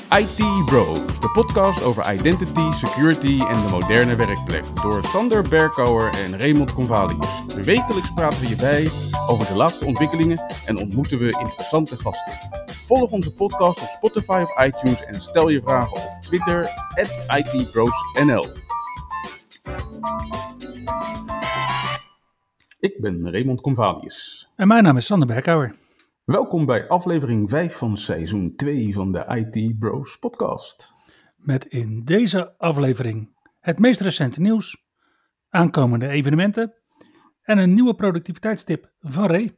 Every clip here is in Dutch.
IT Bros, de podcast over identity, security en de moderne werkplek. Door Sander Berkouwer en Raymond Convalius. Wekelijks praten we je bij over de laatste ontwikkelingen en ontmoeten we interessante gasten. Volg onze podcast op Spotify of iTunes en stel je vragen op Twitter @ITBrosNL. Ik ben Raymond Convalius. En mijn naam is Sander Berkouwer. Welkom bij aflevering 5 van seizoen 2 van de IT Bros podcast. Met in deze aflevering het meest recente nieuws, aankomende evenementen en een nieuwe productiviteitstip van Ray.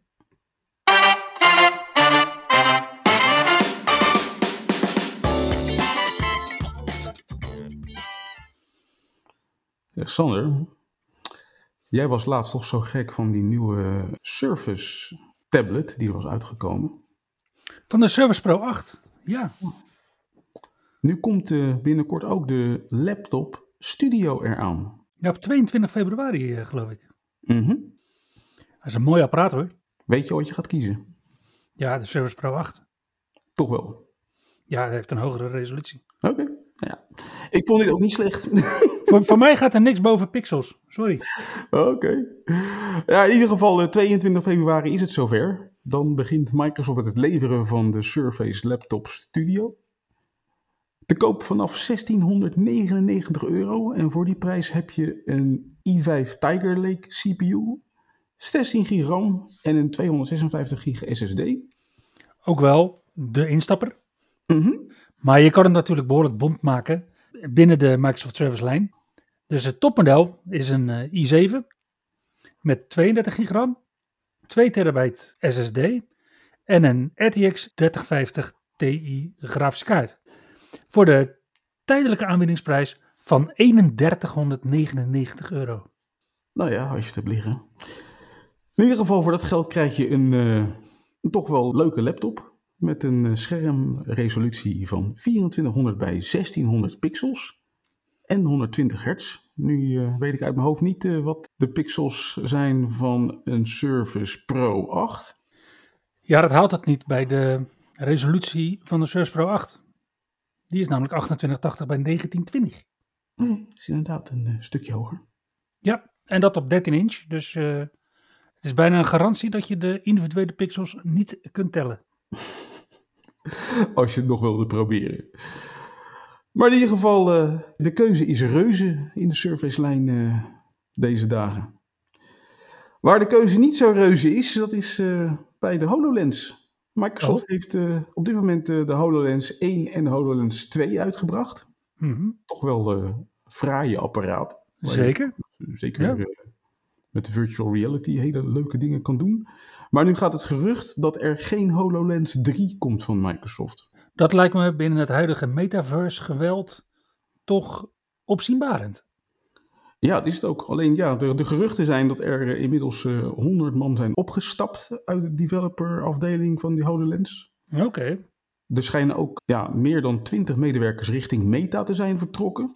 Ja, Sander, jij was laatst toch zo gek van die nieuwe Surface tablet die er was uitgekomen. Van de Surface Pro 8, ja. Nu komt binnenkort ook de laptop Studio eraan. Ja, op 22 februari geloof ik. Mhm. Dat is een mooi apparaat hoor. Weet je wat je gaat kiezen? Ja, de Surface Pro 8. Toch wel? Ja, het heeft een hogere resolutie. Oké. Ja. Ik vond dit ook niet slecht. Voor mij gaat er niks boven pixels, sorry. Oké. Ja, in ieder geval 22 februari is het zover. Dan begint Microsoft met het leveren van de Surface Laptop Studio. Te koop vanaf €1699 en voor die prijs heb je een i5 Tiger Lake CPU, 16 GB RAM en een 256 GB SSD. Ook wel de instapper. Mhm. Maar je kan het natuurlijk behoorlijk bont maken binnen de Microsoft Surface lijn. Dus het topmodel is een i7 met 32 GB RAM, 2 terabyte SSD en een RTX 3050 Ti grafische kaart. Voor de tijdelijke aanbiedingsprijs van €3199. Nou ja, als je het hebt liggen. In ieder geval voor dat geld krijg je een toch wel leuke laptop met een schermresolutie van 2400 bij 1600 pixels en 120 hertz. Nu weet ik uit mijn hoofd niet wat de pixels zijn van een Surface Pro 8. Ja, dat haalt het niet bij de resolutie van de Surface Pro 8. Die is namelijk 2880 bij 1920. Nee, is inderdaad een stukje hoger. Ja, en dat op 13 inch. Dus het is bijna een garantie dat je de individuele pixels niet kunt tellen. Als je het nog wilde proberen. Maar in ieder geval, de keuze is reuze in de Surface-lijn deze dagen. Waar de keuze niet zo reuze is, dat is bij de HoloLens. Microsoft heeft op dit moment de HoloLens 1 en de HoloLens 2 uitgebracht. Mhm. Toch wel een fraaie apparaat. Zeker. Zeker Ja. met de virtual reality hele leuke dingen kan doen. Maar nu gaat het gerucht dat er geen HoloLens 3 komt van Microsoft. Dat lijkt me binnen het huidige metaverse geweld toch opzienbarend. Ja, dat is het ook. Alleen ja, de geruchten zijn dat er inmiddels 100 man zijn opgestapt uit de developerafdeling van die HoloLens. Oké. Er schijnen ook meer dan 20 medewerkers richting Meta te zijn vertrokken.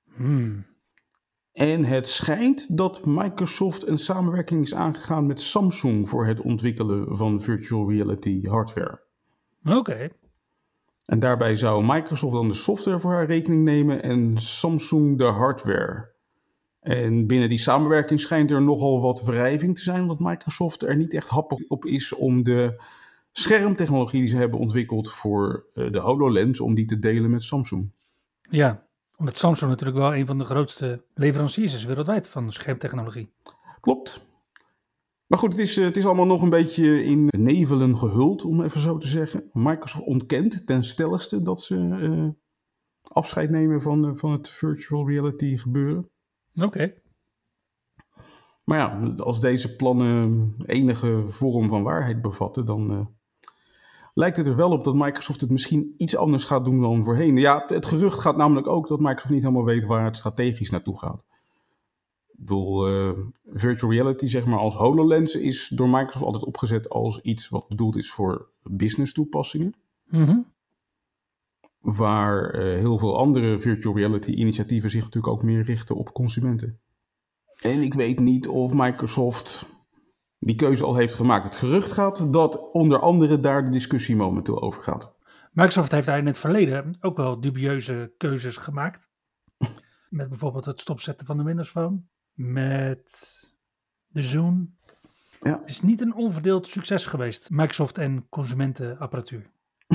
En het schijnt dat Microsoft een samenwerking is aangegaan met Samsung voor het ontwikkelen van virtual reality hardware. Oké. En daarbij zou Microsoft dan de software voor haar rekening nemen en Samsung de hardware. En binnen die samenwerking schijnt er nogal wat wrijving te zijn, omdat Microsoft er niet echt happig op is om de schermtechnologie die ze hebben ontwikkeld voor de HoloLens, om die te delen met Samsung. Ja, omdat Samsung natuurlijk wel een van de grootste leveranciers is wereldwijd van schermtechnologie. Klopt. Maar goed, het is allemaal nog een beetje in nevelen gehuld, om even zo te zeggen. Microsoft ontkent ten stelligste dat ze afscheid nemen van het virtual reality gebeuren. Oké. Maar ja, als deze plannen enige vorm van waarheid bevatten, dan lijkt het er wel op dat Microsoft het misschien iets anders gaat doen dan voorheen. Ja, het gerucht gaat namelijk ook dat Microsoft niet helemaal weet waar het strategisch naartoe gaat. Ik bedoel, virtual reality, zeg maar, als HoloLens is door Microsoft altijd opgezet als iets wat bedoeld is voor business toepassingen. Mm-hmm. Waar heel veel andere virtual reality initiatieven zich natuurlijk ook meer richten op consumenten. En ik weet niet of Microsoft die keuze al heeft gemaakt. Het gerucht gaat dat onder andere daar de discussie momenteel over gaat. Microsoft heeft daar in het verleden ook wel dubieuze keuzes gemaakt. Met bijvoorbeeld het stopzetten van de Windows Phone. Met de Zoom. Ja. Het is niet een onverdeeld succes geweest. Microsoft en consumentenapparatuur.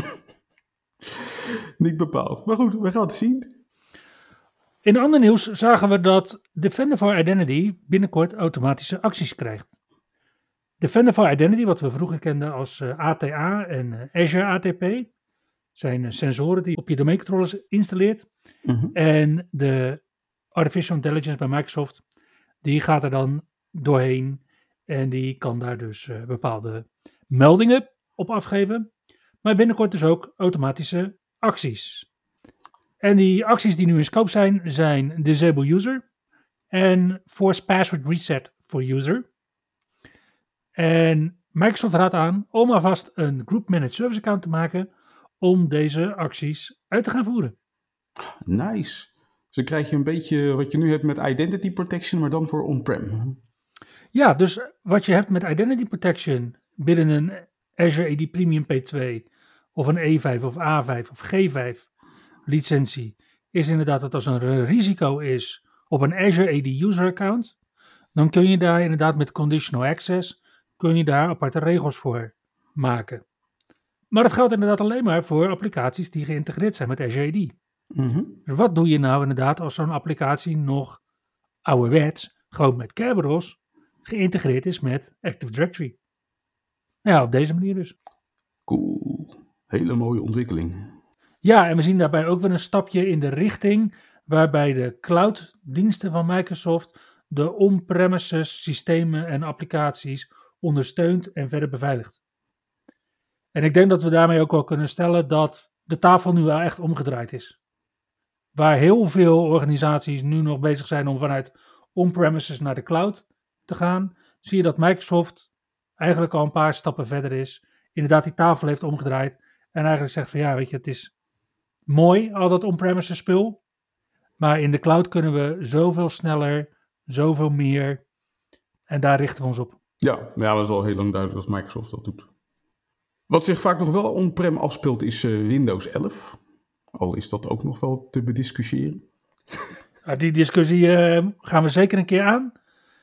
Niet bepaald. Maar goed, we gaan het zien. In ander nieuws zagen we dat Defender for Identity binnenkort automatische acties krijgt. Defender for Identity, wat we vroeger kenden als ATA en Azure ATP, zijn sensoren die op je domeincontrollers installeert. En de Artificial Intelligence bij Microsoft, die gaat er dan doorheen en die kan daar dus bepaalde meldingen op afgeven. Maar binnenkort dus ook automatische acties. En die acties die nu in scope zijn Disable User en Force Password Reset for User. En Microsoft raadt aan om alvast een Group Managed Service account te maken om deze acties uit te gaan voeren. Nice. Dus dan krijg je een beetje wat je nu hebt met Identity Protection, maar dan voor on-prem. Ja, dus wat je hebt met Identity Protection binnen een Azure AD Premium P2 of een E5 of A5 of G5 licentie, is inderdaad dat als er een risico is op een Azure AD User account, dan kun je daar inderdaad met Conditional Access, kun je daar aparte regels voor maken. Maar dat geldt inderdaad alleen maar voor applicaties die geïntegreerd zijn met Azure AD. Dus wat doe je nou inderdaad als zo'n applicatie nog ouderwets, gewoon met Kerberos, geïntegreerd is met Active Directory? Nou ja, op deze manier dus. Cool. Hele mooie ontwikkeling. Ja, en we zien daarbij ook weer een stapje in de richting waarbij de cloud-diensten van Microsoft de on-premises systemen en applicaties ondersteunt en verder beveiligt. En ik denk dat we daarmee ook wel kunnen stellen dat de tafel nu wel echt omgedraaid is. Waar heel veel organisaties nu nog bezig zijn om vanuit on-premises naar de cloud te gaan, zie je dat Microsoft eigenlijk al een paar stappen verder is. Inderdaad die tafel heeft omgedraaid en eigenlijk zegt van ja, weet je, het is mooi al dat on-premises spul, maar in de cloud kunnen we zoveel sneller, zoveel meer en daar richten we ons op. Ja, dat is al heel lang duidelijk dat Microsoft dat doet. Wat zich vaak nog wel on-prem afspeelt is Windows 11. Al is dat ook nog wel te bediscussiëren. Die discussie gaan we zeker een keer aan.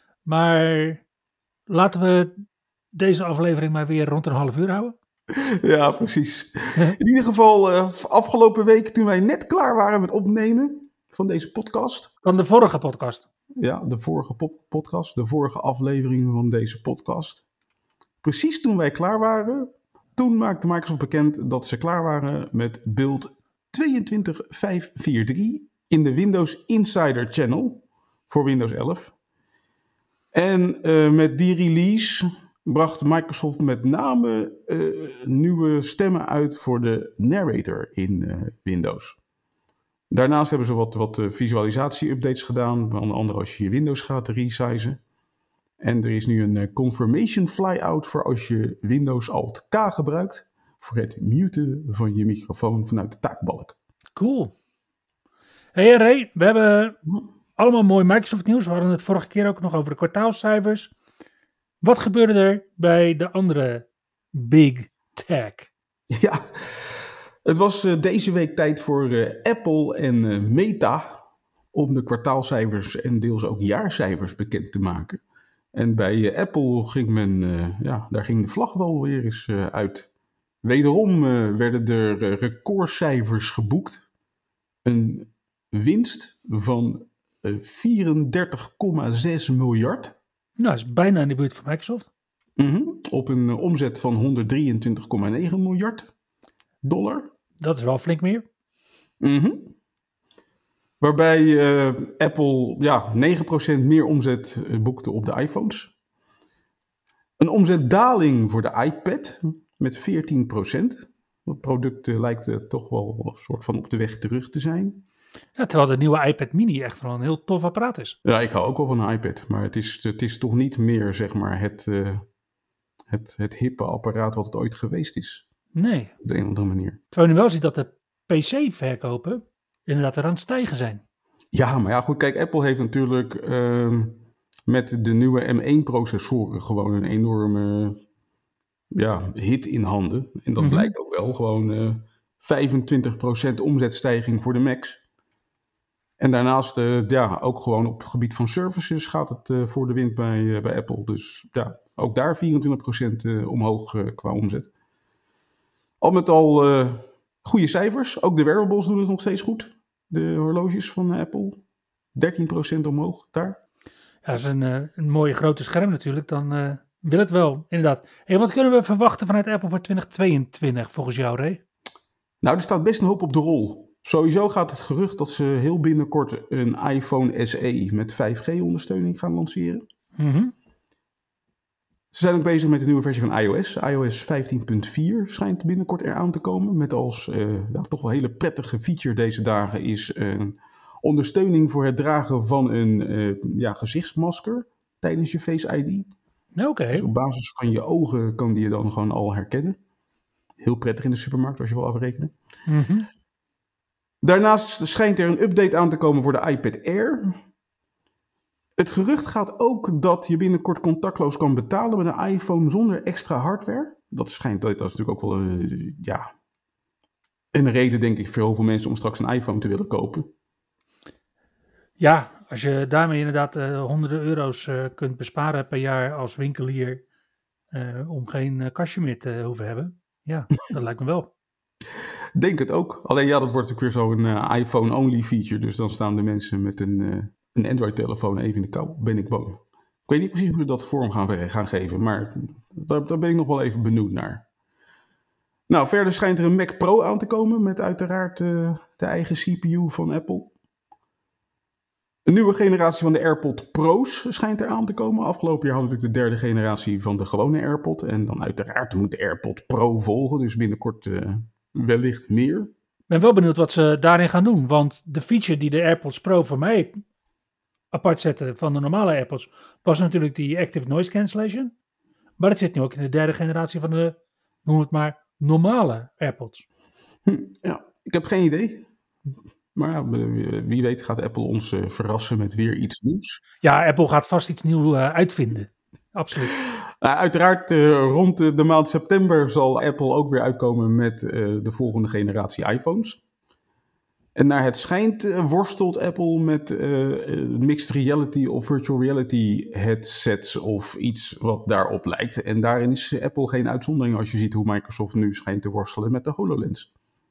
Maar laten we deze aflevering maar weer rond een half uur houden. Ja, precies. In ieder geval afgelopen week toen wij net klaar waren met opnemen van deze podcast. Van de vorige podcast. Ja, de vorige podcast. De vorige aflevering van deze podcast. Precies toen wij klaar waren, toen maakte Microsoft bekend dat ze klaar waren met build 22.543 in de Windows Insider Channel voor Windows 11. En met die release bracht Microsoft met name nieuwe stemmen uit voor de narrator in Windows. Daarnaast hebben ze wat visualisatie-updates gedaan, onder andere als je je Windows gaat resizen. En er is nu een confirmation flyout voor als je Windows Alt-K gebruikt voor het muten van je microfoon vanuit de taakbalk. Cool. Hey Ray, we hebben allemaal mooi Microsoft nieuws. We hadden het vorige keer ook nog over de kwartaalcijfers. Wat gebeurde er bij de andere Big Tech? Ja, het was deze week tijd voor Apple en Meta om de kwartaalcijfers en deels ook jaarcijfers bekend te maken. En bij Apple ging daar ging de vlag wel weer eens uit. Wederom werden er recordcijfers geboekt. Een winst van 34,6 miljard. Nou, dat is bijna in de buurt van Microsoft. Op een omzet van 123,9 miljard dollar. Dat is wel flink meer. Waarbij Apple 9% meer omzet boekte op de iPhones. Een omzetdaling voor de iPad met 14%. Het product lijkt toch wel een soort van op de weg terug te zijn. Ja, terwijl de nieuwe iPad mini echt wel een heel tof apparaat is. Ja, ik hou ook wel van een iPad. Maar het is toch niet meer zeg maar het hippe apparaat wat het ooit geweest is. Nee. Op de een of andere manier. Terwijl je nu wel ziet dat de PC-verkopen inderdaad eraan het stijgen zijn. Ja, maar ja goed. Kijk, Apple heeft natuurlijk met de nieuwe M1-processoren gewoon een enorme hit in handen. En dat blijkt ook wel gewoon 25% omzetstijging voor de Macs. En daarnaast ook gewoon op het gebied van services gaat het voor de wind bij Apple. Dus ja, ook daar 24% omhoog qua omzet. Al met al goede cijfers. Ook de wearables doen het nog steeds goed. De horloges van Apple. 13% omhoog daar. Ja, dat is een mooie grote scherm natuurlijk. Dan wil het wel, inderdaad. Hey, wat kunnen we verwachten vanuit Apple voor 2022 volgens jou, Ray? Nou, er staat best een hoop op de rol. Sowieso gaat het gerucht dat ze heel binnenkort een iPhone SE met 5G-ondersteuning gaan lanceren. Mm-hmm. Ze zijn ook bezig met een nieuwe versie van iOS. iOS 15.4 schijnt binnenkort eraan te komen. Met als toch wel hele prettige feature deze dagen is ondersteuning voor het dragen van een gezichtsmasker tijdens je Face ID. Oké. Dus op basis van je ogen kan die je dan gewoon al herkennen. Heel prettig in de supermarkt als je wil afrekenen. Mm-hmm. Daarnaast schijnt er een update aan te komen voor de iPad Air. Het gerucht gaat ook dat je binnenkort contactloos kan betalen met een iPhone zonder extra hardware. Dat is natuurlijk ook wel een reden, denk ik, voor heel veel mensen om straks een iPhone te willen kopen. Ja, als je daarmee inderdaad honderden euro's kunt besparen per jaar als winkelier om geen kastje meer te hoeven hebben. Ja, dat lijkt me wel. Denk het ook. Alleen ja, dat wordt natuurlijk weer zo'n iPhone-only feature. Dus dan staan de mensen met een Android-telefoon even in de kou. Ben ik bang. Ik weet niet precies hoe ze dat vorm gaan geven. Maar daar ben ik nog wel even benieuwd naar. Nou, verder schijnt er een Mac Pro aan te komen. Met uiteraard de eigen CPU van Apple. Een nieuwe generatie van de AirPod Pro's schijnt er aan te komen. Afgelopen jaar hadden we natuurlijk de derde generatie van de gewone AirPod. En dan uiteraard moet de AirPod Pro volgen. Dus binnenkort wellicht meer. Ik ben wel benieuwd wat ze daarin gaan doen. Want de feature die de AirPods Pro voor mij apart zette van de normale AirPods was natuurlijk die Active Noise Cancellation. Maar dat zit nu ook in de derde generatie van de, noem het maar, normale AirPods. Ja, ik heb geen idee. Maar ja, wie weet gaat Apple ons verrassen met weer iets nieuws. Ja, Apple gaat vast iets nieuws uitvinden. Absoluut. Uiteraard rond de maand september zal Apple ook weer uitkomen met de volgende generatie iPhones. En naar het schijnt worstelt Apple met mixed reality of virtual reality headsets of iets wat daarop lijkt. En daarin is Apple geen uitzondering als je ziet hoe Microsoft nu schijnt te worstelen met de HoloLens.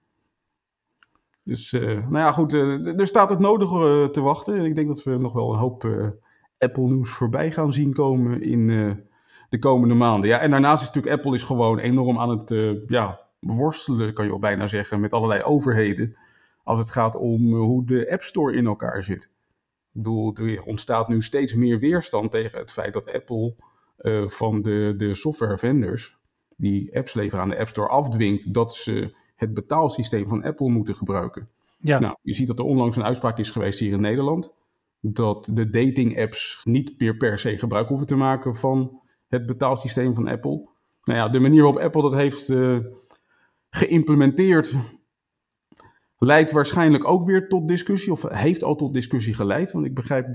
Dus goed, er staat het nodige te wachten. En ik denk dat we nog wel een hoop Apple nieuws voorbij gaan zien komen in de komende maanden. Ja, en daarnaast is natuurlijk Apple is gewoon enorm aan het worstelen, kan je wel bijna zeggen, met allerlei overheden. Als het gaat om hoe de App Store in elkaar zit. Ik bedoel, er ontstaat nu steeds meer weerstand tegen het feit dat Apple van de software vendors die apps leveren aan de App Store afdwingt dat ze het betaalsysteem van Apple moeten gebruiken. Ja. Nou, je ziet dat er onlangs een uitspraak is geweest hier in Nederland. Dat de dating apps niet meer per se gebruik hoeven te maken van het betaalsysteem van Apple. Nou ja, de manier waarop Apple dat heeft geïmplementeerd leidt waarschijnlijk ook weer tot discussie. Of heeft al tot discussie geleid. Want ik begrijp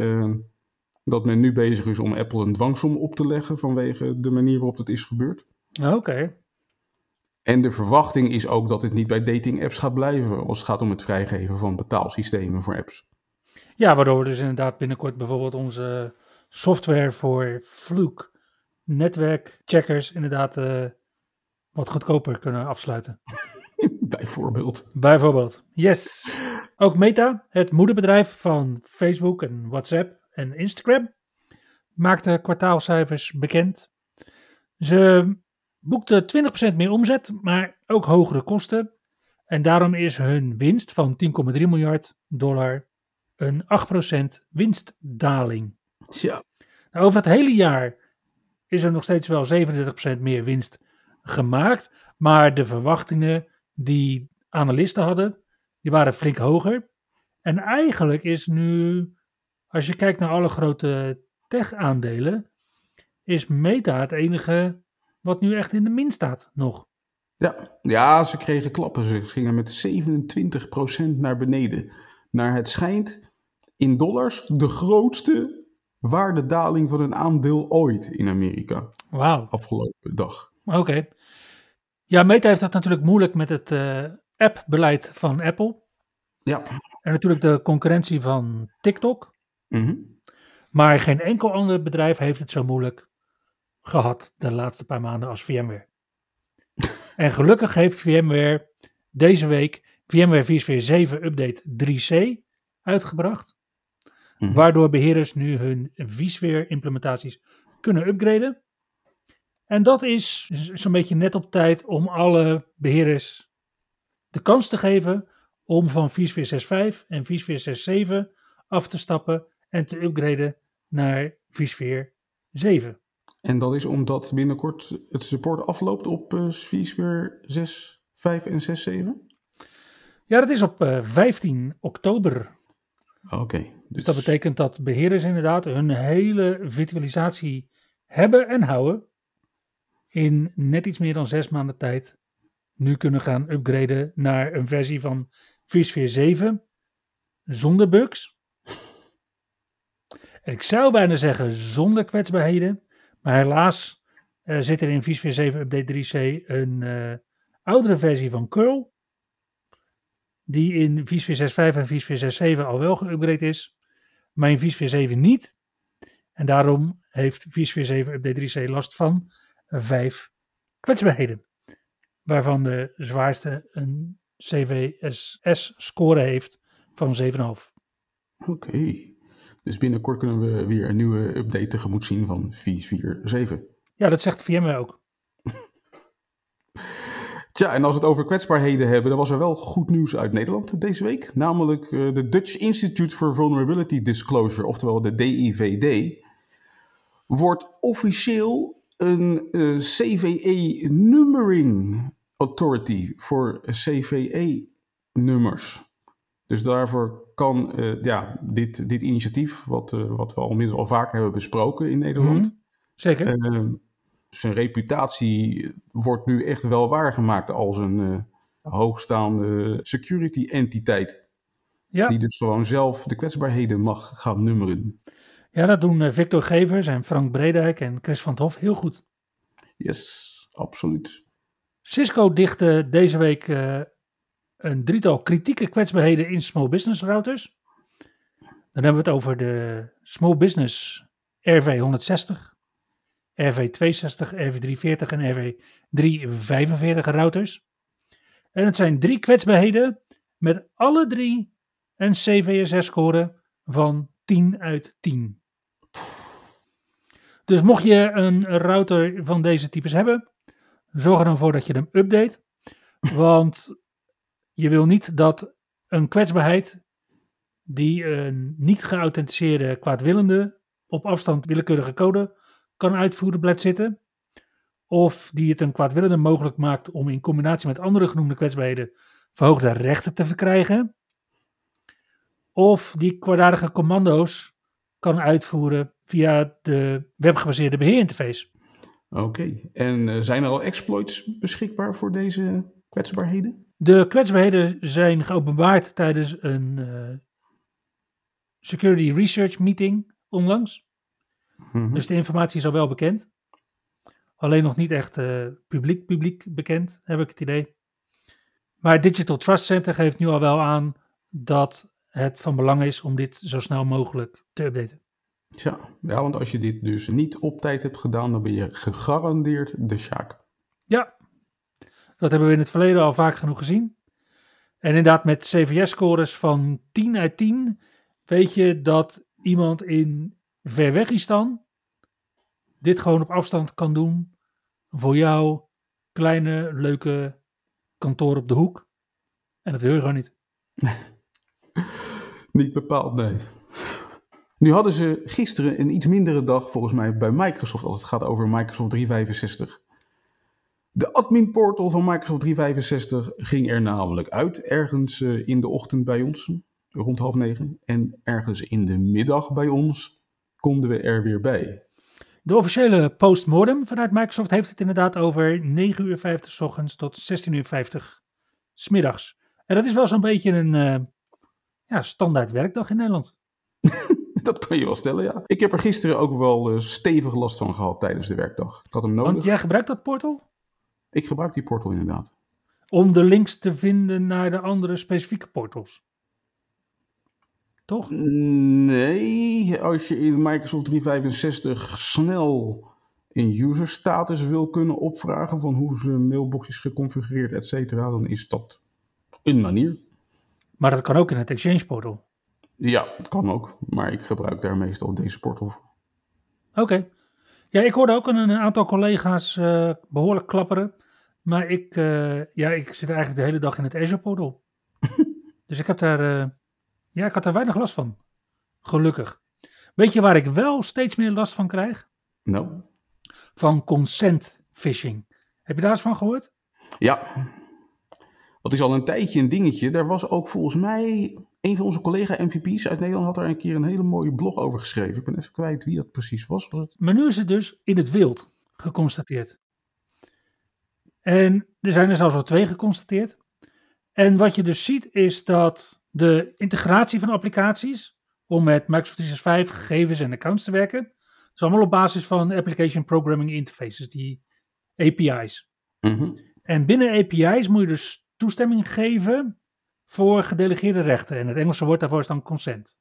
dat men nu bezig is om Apple een dwangsom op te leggen vanwege de manier waarop dat is gebeurd. Oké. En de verwachting is ook dat het niet bij dating apps gaat blijven als het gaat om het vrijgeven van betaalsystemen voor apps. Ja, waardoor we dus inderdaad binnenkort bijvoorbeeld onze software voor Fluke netwerkcheckers inderdaad wat goedkoper kunnen afsluiten. Bijvoorbeeld. Yes. Ook Meta, het moederbedrijf van Facebook en WhatsApp en Instagram, maakte kwartaalcijfers bekend. Ze boekte 20% meer omzet, maar ook hogere kosten. En daarom is hun winst van $10,3 miljard een 8% winstdaling. Tja. Nou, over het hele jaar is er nog steeds wel 37% meer winst gemaakt. Maar de verwachtingen die analisten hadden, die waren flink hoger. En eigenlijk is nu, als je kijkt naar alle grote tech-aandelen, is Meta het enige wat nu echt in de min staat nog. Ja, ze kregen klappen. Ze gingen met 27% naar beneden. Naar het schijnt in dollars de grootste waardedaling van een aandeel ooit in Amerika. Wauw. Afgelopen dag. Oké. Ja, Meta heeft dat natuurlijk moeilijk met het appbeleid van Apple. Ja. En natuurlijk de concurrentie van TikTok. Mhm. Maar geen enkel ander bedrijf heeft het zo moeilijk gehad de laatste paar maanden als VMware. En gelukkig heeft VMware deze week VMware vSphere 7 Update 3C uitgebracht. Mhm. Waardoor beheerders nu hun vSphere implementaties kunnen upgraden. En dat is zo'n beetje net op tijd om alle beheerders de kans te geven om van vSphere 6.5 en vSphere 6.7 af te stappen en te upgraden naar vSphere 7. En dat is omdat binnenkort het support afloopt op vSphere 6.5 en 6.7? Ja, dat is op 15 oktober. Oké. Dus dat betekent dat beheerders inderdaad hun hele virtualisatie hebben en houden in net iets meer dan 6 maanden tijd nu kunnen gaan upgraden naar een versie van vSphere 7 zonder bugs. En ik zou bijna zeggen zonder kwetsbaarheden, maar helaas zit er in vSphere 7 Update 3C een oudere versie van curl, die in vSphere 6.5 en vSphere 6.7 al wel geüpgrade is, maar in vSphere 7 niet. En daarom heeft vSphere 7 Update 3C last van 5 kwetsbaarheden, waarvan de zwaarste een CVSS-score heeft van 7,5. Oké. Dus binnenkort kunnen we weer een nieuwe update tegemoet zien van vSphere 7. Ja, dat zegt VMware ook. Tja, en als we het over kwetsbaarheden hebben, dan was er wel goed nieuws uit Nederland deze week. Namelijk de Dutch Institute for Vulnerability Disclosure, oftewel de DIVD, wordt officieel een CVE Numbering Authority voor CVE-nummers. Dus daarvoor kan dit initiatief, wat we al inmiddels al vaker hebben besproken in Nederland. Zeker. Zijn reputatie wordt nu echt wel waargemaakt als een hoogstaande security entiteit. Ja. Die dus gewoon zelf de kwetsbaarheden mag gaan nummeren. Ja, dat doen Victor Gevers en Frank Bredijk en Chris van 't Hof heel goed. Yes, absoluut. Cisco dichtte deze week een drietal kritieke kwetsbaarheden in small business routers. Dan hebben we het over de small business RV160, RV260, RV340 en RV345 routers. En het zijn 3 kwetsbaarheden met alle 3 een CVSS-score van 10 uit 10. Dus mocht je een router van deze types hebben, zorg er dan voor dat je hem update. Want je wil niet dat een kwetsbaarheid die een niet geauthenticeerde kwaadwillende op afstand willekeurige code kan uitvoeren blijft zitten. Of die het een kwaadwillende mogelijk maakt om in combinatie met andere genoemde kwetsbaarheden verhoogde rechten te verkrijgen. Of die kwaadaardige commando's kan uitvoeren via de webgebaseerde beheerinterface. Oké, en zijn er al exploits beschikbaar voor deze kwetsbaarheden? De kwetsbaarheden zijn geopenbaard tijdens een security research meeting onlangs. Mm-hmm. Dus de informatie is al wel bekend. Alleen nog niet echt publiek bekend, heb ik het idee. Maar het Digital Trust Center geeft nu al wel aan dat het van belang is om dit zo snel mogelijk te updaten. Ja, want als je dit dus niet op tijd hebt gedaan, dan ben je gegarandeerd de sjaak. Ja, dat hebben we in het verleden al vaak genoeg gezien. En inderdaad met CVS-scores van 10 uit 10 weet je dat iemand in Verwegistan dit gewoon op afstand kan doen voor jouw kleine, leuke kantoor op de hoek. En dat wil je gewoon niet. Niet bepaald, nee. Nu hadden ze gisteren een iets mindere dag volgens mij bij Microsoft als het gaat over Microsoft 365. De admin portal van Microsoft 365 ging er namelijk uit ergens in de ochtend bij ons, rond 8:30. En ergens in de middag bij ons konden we er weer bij. De officiële postmortem vanuit Microsoft heeft het inderdaad over 9:50 's ochtends tot 16:50 's middags. En dat is wel zo'n beetje een standaard werkdag in Nederland. Dat kan je wel stellen, ja. Ik heb er gisteren ook wel stevig last van gehad tijdens de werkdag. Ik had hem nodig. Want jij gebruikt dat portal? Ik gebruik die portal inderdaad. Om de links te vinden naar de andere specifieke portals. Toch? Nee, als je in Microsoft 365 snel een user status wil kunnen opvragen van hoe zijn mailbox is geconfigureerd, et cetera, dan is dat een manier. Maar dat kan ook in het Exchange portal. Ja, dat kan ook, maar ik gebruik daar meestal deze portal voor. Oké. Ja, ik hoorde ook een aantal collega's behoorlijk klapperen. Maar ik zit eigenlijk de hele dag in het Azure portal. Dus ik had daar weinig last van. Gelukkig. Weet je waar ik wel steeds meer last van krijg? Nou, Van consent phishing. Heb je daar eens van gehoord? ja, dat is al een tijdje een dingetje. Daar was ook volgens mij een van onze collega-MVP's uit Nederland had daar een keer een hele mooie blog over geschreven. Ik ben even kwijt wie dat precies was. Maar nu is het dus in het wild geconstateerd. En er zijn er zelfs al 2 geconstateerd. En wat je dus ziet is dat de integratie van applicaties om met Microsoft 365 gegevens en accounts te werken, is allemaal op basis van Application Programming Interfaces, die API's. En binnen API's moet je dus toestemming geven voor gedelegeerde rechten. En het Engelse woord daarvoor is dan consent.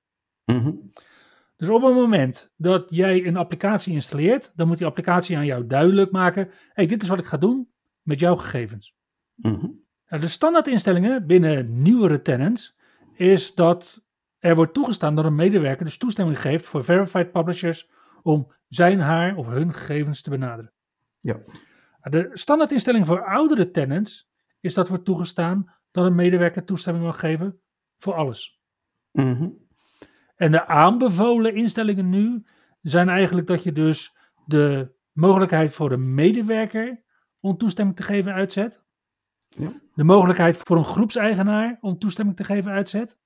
Dus op het moment dat jij een applicatie installeert, dan moet die applicatie aan jou duidelijk maken, hey, dit is wat ik ga doen met jouw gegevens. Nou, de standaardinstellingen binnen nieuwere tenants is dat er wordt toegestaan dat een medewerker dus toestemming geeft voor verified publishers om zijn, haar of hun gegevens te benaderen. Ja. De standaardinstelling voor oudere tenants is dat wordt toegestaan dat een medewerker toestemming mag geven voor alles. En de aanbevolen instellingen nu zijn eigenlijk dat je dus de mogelijkheid voor een medewerker om toestemming te geven uitzet. Ja. De mogelijkheid voor een groepseigenaar om toestemming te geven uitzet.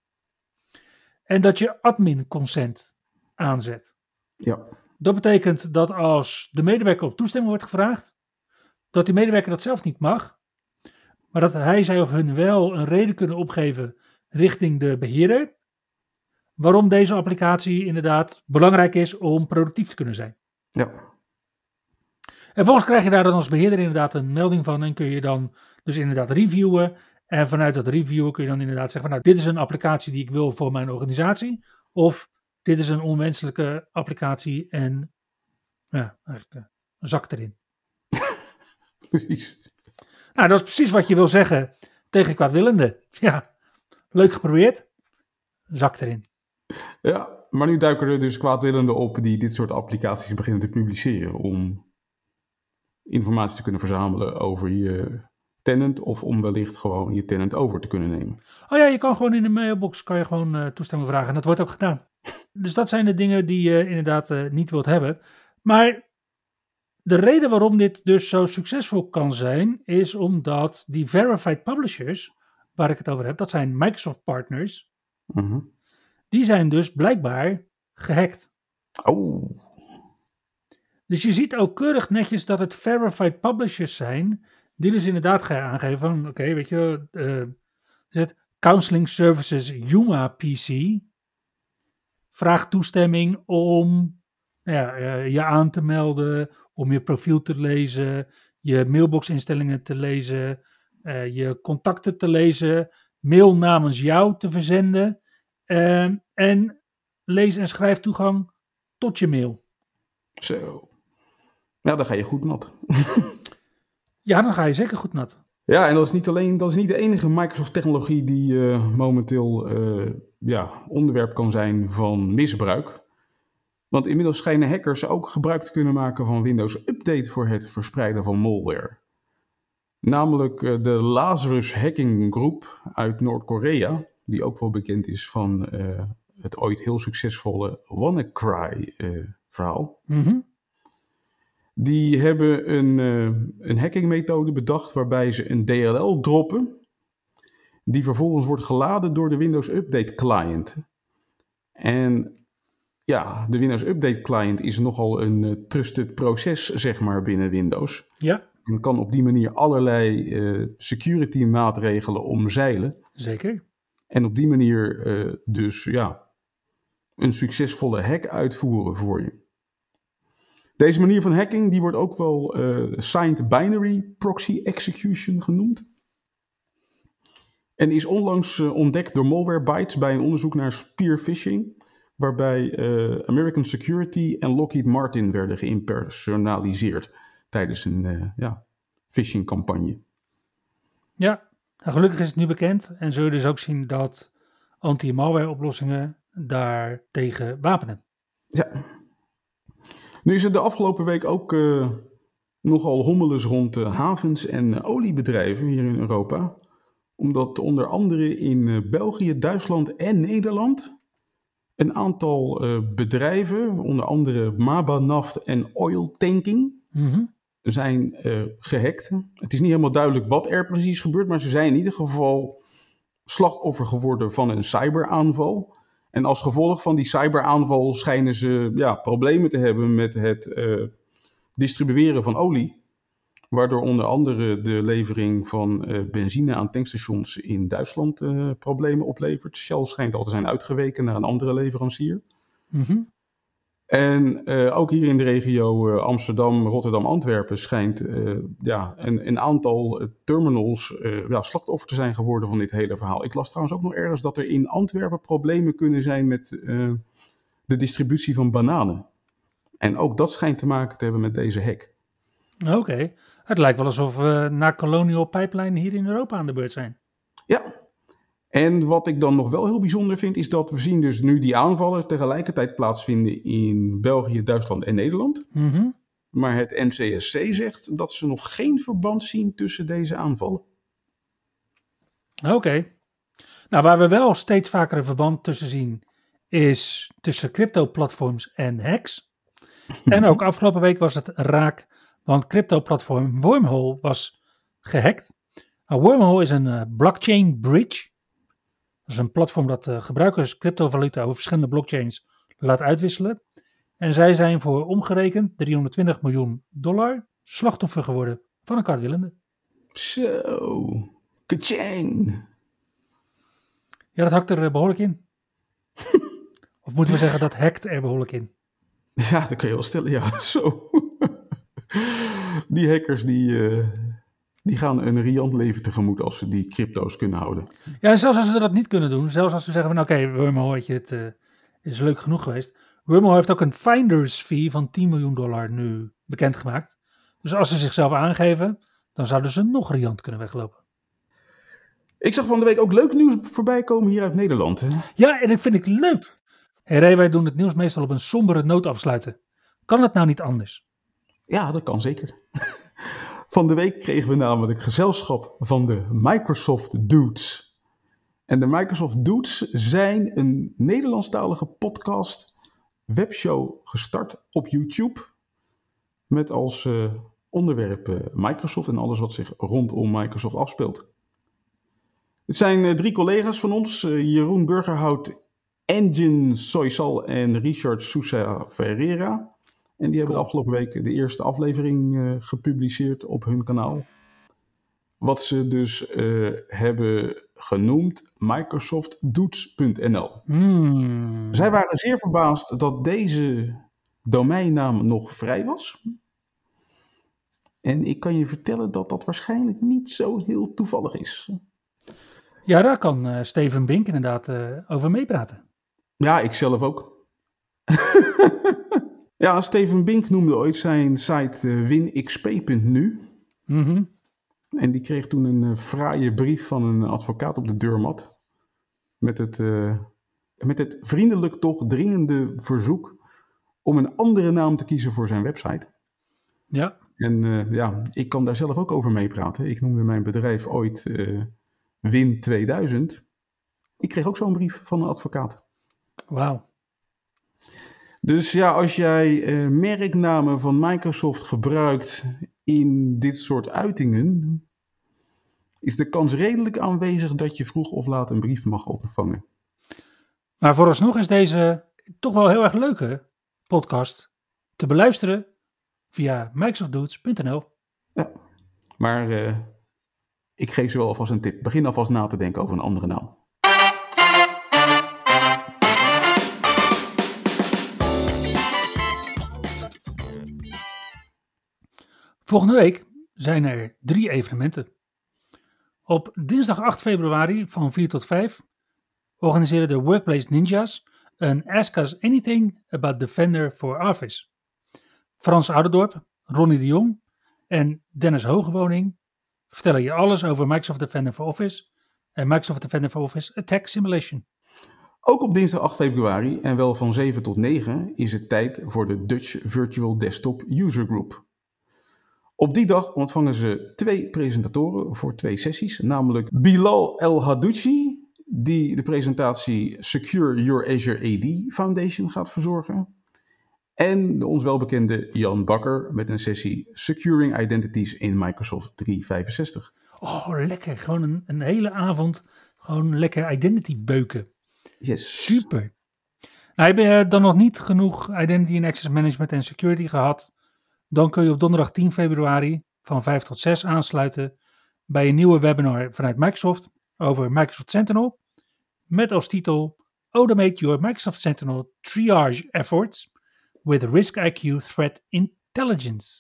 En dat je admin consent aanzet. Ja. Dat betekent dat als de medewerker op toestemming wordt gevraagd, dat die medewerker dat zelf niet mag, maar dat hij, zij of hun wel een reden kunnen opgeven richting de beheerder, waarom deze applicatie inderdaad belangrijk is om productief te kunnen zijn. Ja. En vervolgens krijg je daar dan als beheerder inderdaad een melding van en kun je dan dus inderdaad reviewen. En vanuit dat reviewen kun je dan inderdaad zeggen van nou, dit is een applicatie die ik wil voor mijn organisatie. Of dit is een onwenselijke applicatie en ja, eigenlijk een zak erin. Precies. Nou, dat is precies wat je wil zeggen tegen kwaadwillende. Ja, leuk geprobeerd. Zak erin. Ja, maar nu duiken er dus kwaadwillenden op die dit soort applicaties beginnen te publiceren om informatie te kunnen verzamelen over je tenant of om wellicht gewoon je tenant over te kunnen nemen. Oh ja, je kan gewoon in de mailbox kan je gewoon toestemming vragen en dat wordt ook gedaan. Dus dat zijn de dingen die je inderdaad niet wilt hebben. Maar de reden waarom dit dus zo succesvol kan zijn, is omdat die verified publishers, waar ik het over heb, dat zijn Microsoft partners, die zijn dus blijkbaar gehackt. Oh. Dus je ziet ook keurig netjes dat het verified publishers zijn, die dus inderdaad gaan aangeven van, oké, weet je, is het Counseling Services Yuma PC, vraagt toestemming om je aan te melden, om je profiel te lezen, je mailbox-instellingen te lezen, je contacten te lezen, mail namens jou te verzenden en lees- en schrijftoegang tot je mail. Zo. Ja, dan ga je goed nat. Ja, dan ga je zeker goed nat. Ja, en dat is niet de enige Microsoft-technologie die momenteel onderwerp kan zijn van misbruik. Want inmiddels schijnen hackers ook gebruik te kunnen maken van Windows Update voor het verspreiden van malware. Namelijk de Lazarus Hacking Group uit Noord-Korea, die ook wel bekend is van het ooit heel succesvolle WannaCry-verhaal. Die hebben een hackingmethode bedacht waarbij ze een DLL droppen, die vervolgens wordt geladen door de Windows Update client. En ja, de Windows Update client is nogal een trusted proces, zeg maar, binnen Windows. Ja. En kan op die manier allerlei security maatregelen omzeilen. Zeker. En op die manier dus een succesvolle hack uitvoeren voor je. Deze manier van hacking die wordt ook wel Signed Binary Proxy Execution genoemd. En is onlangs ontdekt door Malwarebytes bij een onderzoek naar spear phishing, waarbij American Security en Lockheed Martin werden geïmpersonaliseerd tijdens een phishingcampagne. Ja, nou, gelukkig is het nu bekend en zul je dus ook zien dat anti-malware oplossingen daartegen wapenen. Ja. Nu is er de afgelopen week ook nogal hommeles rond havens en oliebedrijven hier in Europa. Omdat onder andere in België, Duitsland en Nederland een aantal bedrijven, onder andere Mabanaft en Oil Tanking, zijn gehackt. Het is niet helemaal duidelijk wat er precies gebeurt, maar ze zijn in ieder geval slachtoffer geworden van een cyberaanval. En als gevolg van die cyberaanval schijnen ze problemen te hebben met het distribueren van olie. Waardoor onder andere de levering van benzine aan tankstations in Duitsland problemen oplevert. Shell schijnt al te zijn uitgeweken naar een andere leverancier. En ook hier in de regio Amsterdam, Rotterdam, Antwerpen schijnt een aantal terminals slachtoffer te zijn geworden van dit hele verhaal. Ik las trouwens ook nog ergens dat er in Antwerpen problemen kunnen zijn met de distributie van bananen. En ook dat schijnt te maken te hebben met deze hack. Oké. Het lijkt wel alsof we na Colonial Pipeline hier in Europa aan de beurt zijn. Ja. En wat ik dan nog wel heel bijzonder vind, is dat we zien dus nu die aanvallen tegelijkertijd plaatsvinden in België, Duitsland en Nederland. Maar het NCSC zegt dat ze nog geen verband zien tussen deze aanvallen. Oké. Nou, waar we wel steeds vaker een verband tussen zien, is tussen crypto-platforms en hacks. En ook afgelopen week was het raak, want crypto-platform Wormhole was gehackt. Nou, Wormhole is een blockchain bridge. Dat is een platform dat gebruikers cryptovaluta over verschillende blockchains laat uitwisselen. En zij zijn voor omgerekend $320 miljoen slachtoffer geworden van een kwaadwillende. Zo, kachang. Ja, dat hakt er behoorlijk in. Of moeten we zeggen, dat hackt er behoorlijk in? Ja, dat kun je wel stellen, ja, zo. Die hackers die gaan een riant leven tegemoet als ze die crypto's kunnen houden. Ja, zelfs als ze dat niet kunnen doen. Zelfs als ze zeggen van oké, Wormhole, het is leuk genoeg geweest. Wormhole heeft ook een finder's fee van $10 miljoen nu bekendgemaakt. Dus als ze zichzelf aangeven, dan zouden ze nog riant kunnen weglopen. Ik zag van de week ook leuk nieuws voorbij komen hier uit Nederland. Hè? Ja, en dat vind ik leuk. Hey Ray, wij doen het nieuws meestal op een sombere noot afsluiten. Kan het nou niet anders? Ja, dat kan zeker. Van de week kregen we namelijk gezelschap van de Microsoft Dudes. En de Microsoft Dudes zijn een Nederlandstalige podcast webshow gestart op YouTube. Met als onderwerp Microsoft en alles wat zich rondom Microsoft afspeelt. Het zijn 3 collega's van ons, Jeroen Burgerhout, Engin Soysal en Richard Sousa Ferreira. En die hebben de afgelopen week de eerste aflevering gepubliceerd op hun kanaal. Wat ze dus hebben genoemd microsoftdudes.nl. Zij waren zeer verbaasd dat deze domeinnaam nog vrij was. En ik kan je vertellen dat dat waarschijnlijk niet zo heel toevallig is. Ja, daar kan Steven Bink inderdaad over meepraten. Ja, ik zelf ook. Ja, Steven Bink noemde ooit zijn site winxp.nu. En die kreeg toen een fraaie brief van een advocaat op de deurmat. Met het vriendelijk toch dringende verzoek om een andere naam te kiezen voor zijn website. Ja. En ik kan daar zelf ook over meepraten. Ik noemde mijn bedrijf ooit Win 2000. Ik kreeg ook zo'n brief van een advocaat. Wauw. Dus ja, als jij merknamen van Microsoft gebruikt in dit soort uitingen, is de kans redelijk aanwezig dat je vroeg of laat een brief mag ontvangen. Maar vooralsnog is deze toch wel heel erg leuke podcast te beluisteren via microsoftdudes.nl. Ja, maar ik geef ze wel alvast een tip. Begin alvast na te denken over een andere naam. Volgende week zijn er 3 evenementen. Op dinsdag 8 februari van 4 tot 5 organiseren de Workplace Ninjas een Ask Us Anything About Defender for Office. Frans Ouderdorp, Ronnie de Jong en Dennis Hogewoning vertellen je alles over Microsoft Defender for Office en Microsoft Defender for Office Attack Simulation. Ook op dinsdag 8 februari en wel van 7 tot 9 is het tijd voor de Dutch Virtual Desktop User Group. Op die dag ontvangen ze 2 presentatoren voor 2 sessies, namelijk Bilal El Hadouchi, die de presentatie Secure Your Azure AD Foundation gaat verzorgen. En de ons welbekende Jan Bakker met een sessie Securing Identities in Microsoft 365. Oh, lekker. Gewoon een hele avond gewoon lekker identity beuken. Yes. Super. Nou, heb je dan nog niet genoeg Identity and Access Management en Security gehad? Dan kun je op donderdag 10 februari van 5 tot 6 aansluiten bij een nieuwe webinar vanuit Microsoft over Microsoft Sentinel. Met als titel Automate Your Microsoft Sentinel Triage Efforts with Risk IQ Threat Intelligence.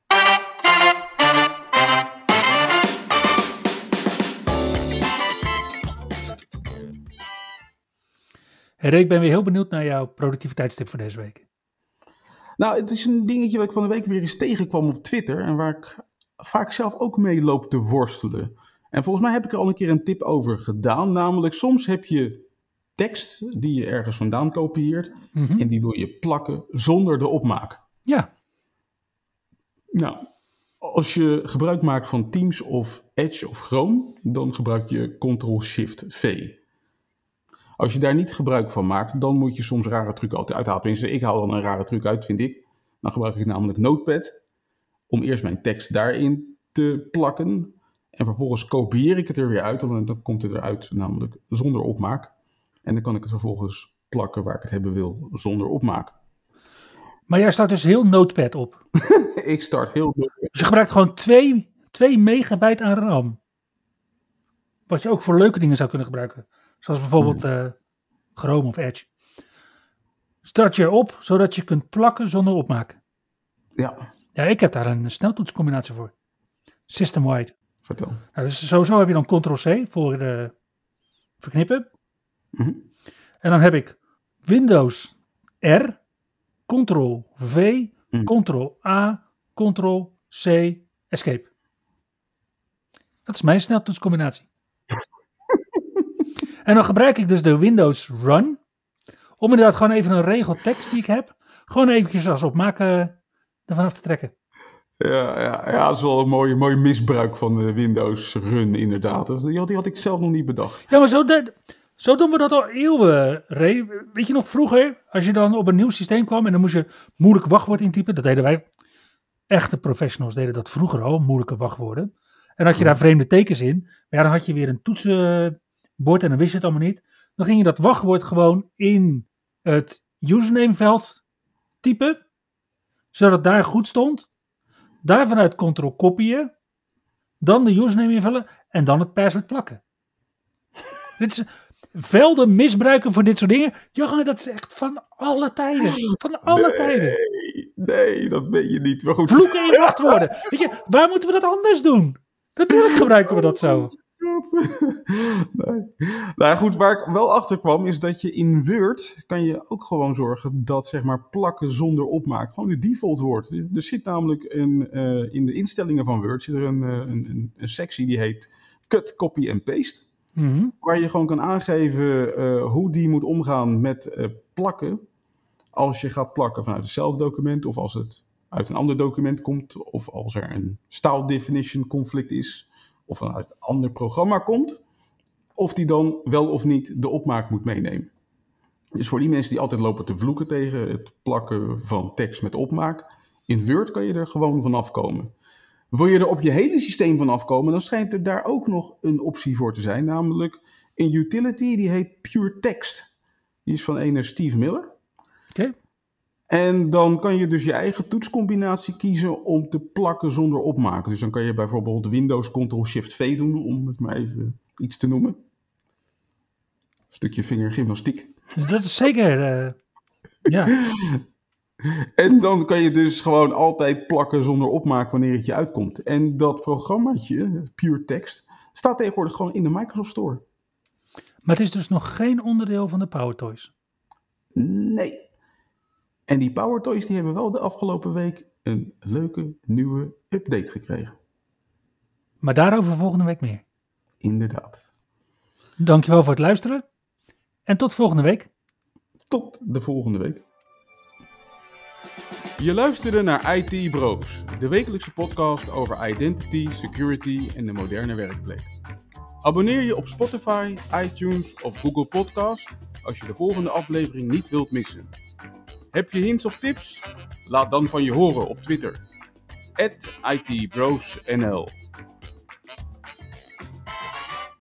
Rick, ik ben weer heel benieuwd naar jouw productiviteitstip voor deze week. Nou, het is een dingetje wat ik van de week weer eens tegenkwam op Twitter en waar ik vaak zelf ook mee loop te worstelen. En volgens mij heb ik er al een keer een tip over gedaan, namelijk soms heb je tekst die je ergens vandaan kopieert en die wil je plakken zonder de opmaak. Ja. Nou, als je gebruik maakt van Teams of Edge of Chrome, dan gebruik je Ctrl-Shift-V. Als je daar niet gebruik van maakt, dan moet je soms rare trucken altijd uithalen. Tenminste, ik haal dan een rare truc uit, vind ik. Dan gebruik ik namelijk Notepad om eerst mijn tekst daarin te plakken. En vervolgens kopieer ik het er weer uit, en dan komt het eruit namelijk zonder opmaak. En dan kan ik het vervolgens plakken waar ik het hebben wil, zonder opmaak. Maar jij start dus heel Notepad op. Ik start heel Notepad. Dus je gebruikt gewoon 2 megabyte aan RAM. Wat je ook voor leuke dingen zou kunnen gebruiken. Zoals bijvoorbeeld Chrome of Edge. Start je op, zodat je kunt plakken zonder opmaak. Ja. Ja, ik heb daar een sneltoetscombinatie voor. System-wide. Vertel. Nou, dus sowieso heb je dan Ctrl-C voor verknippen. Mm-hmm. En dan heb ik Windows-R, Ctrl-V, Ctrl-A, Ctrl-C, Escape. Dat is mijn sneltoetscombinatie. En dan gebruik ik dus de Windows Run. Om inderdaad gewoon even een regel tekst die ik heb. Gewoon eventjes als opmaken ervan af te trekken. Ja, dat is wel een mooi misbruik van de Windows Run inderdaad. Die had ik zelf nog niet bedacht. Ja, maar zo doen we dat al eeuwen, Ray. Weet je nog vroeger, als je dan op een nieuw systeem kwam en dan moest je moeilijk wachtwoord intypen. Dat deden wij. Echte professionals deden dat vroeger al, moeilijke wachtwoorden. En had je daar vreemde tekens in. Maar ja, dan had je weer een toetsenbord en dan wist je het allemaal niet. Dan ging je dat wachtwoord gewoon in het username-veld typen. Zodat het daar goed stond. Daar vanuit Ctrl kopieën. Dan de username invullen. En dan het password plakken. Dit is velden misbruiken voor dit soort dingen. Johan, dat is echt van alle tijden. Van alle tijden. Nee, dat ben je niet. Maar goed. Vloeken in wachtwoorden. Weet je, waar moeten we dat anders doen? Natuurlijk gebruiken we dat zo. Nee. Nou goed, waar ik wel achter kwam is dat je in Word kan je ook gewoon zorgen dat zeg maar plakken zonder opmaak gewoon de default wordt. Er zit namelijk in de instellingen van Word zit er een sectie die heet Cut, Copy en Paste. Mm-hmm. Waar je gewoon kan aangeven hoe die moet omgaan met plakken. Als je gaat plakken vanuit hetzelfde document of als het uit een ander document komt. Of als er een style definition conflict is. Of vanuit een ander programma komt. Of die dan wel of niet de opmaak moet meenemen. Dus voor die mensen die altijd lopen te vloeken tegen het plakken van tekst met opmaak. In Word kan je er gewoon vanaf komen. Wil je er op je hele systeem vanaf komen, dan schijnt er daar ook nog een optie voor te zijn. Namelijk een utility die heet Pure Text. Die is van ene Steve Miller. Oké. En dan kan je dus je eigen toetscombinatie kiezen om te plakken zonder opmaken. Dus dan kan je bijvoorbeeld Windows Ctrl-Shift-V doen, om het maar even iets te noemen. Een stukje vingergymnastiek. Dus dat is zeker, ja. En dan kan je dus gewoon altijd plakken zonder opmaak wanneer het je uitkomt. En dat programmaatje, Pure Text, staat tegenwoordig gewoon in de Microsoft Store. Maar het is dus nog geen onderdeel van de PowerToys. Nee. En die PowerToys die hebben wel de afgelopen week een leuke nieuwe update gekregen. Maar daarover volgende week meer. Inderdaad. Dankjewel voor het luisteren. En tot volgende week. Tot de volgende week. Je luisterde naar IT Bros, de wekelijkse podcast over identity, security en de moderne werkplek. Abonneer je op Spotify, iTunes of Google Podcast als je de volgende aflevering niet wilt missen. Heb je hints of tips? Laat dan van je horen op Twitter. @ITBrosNL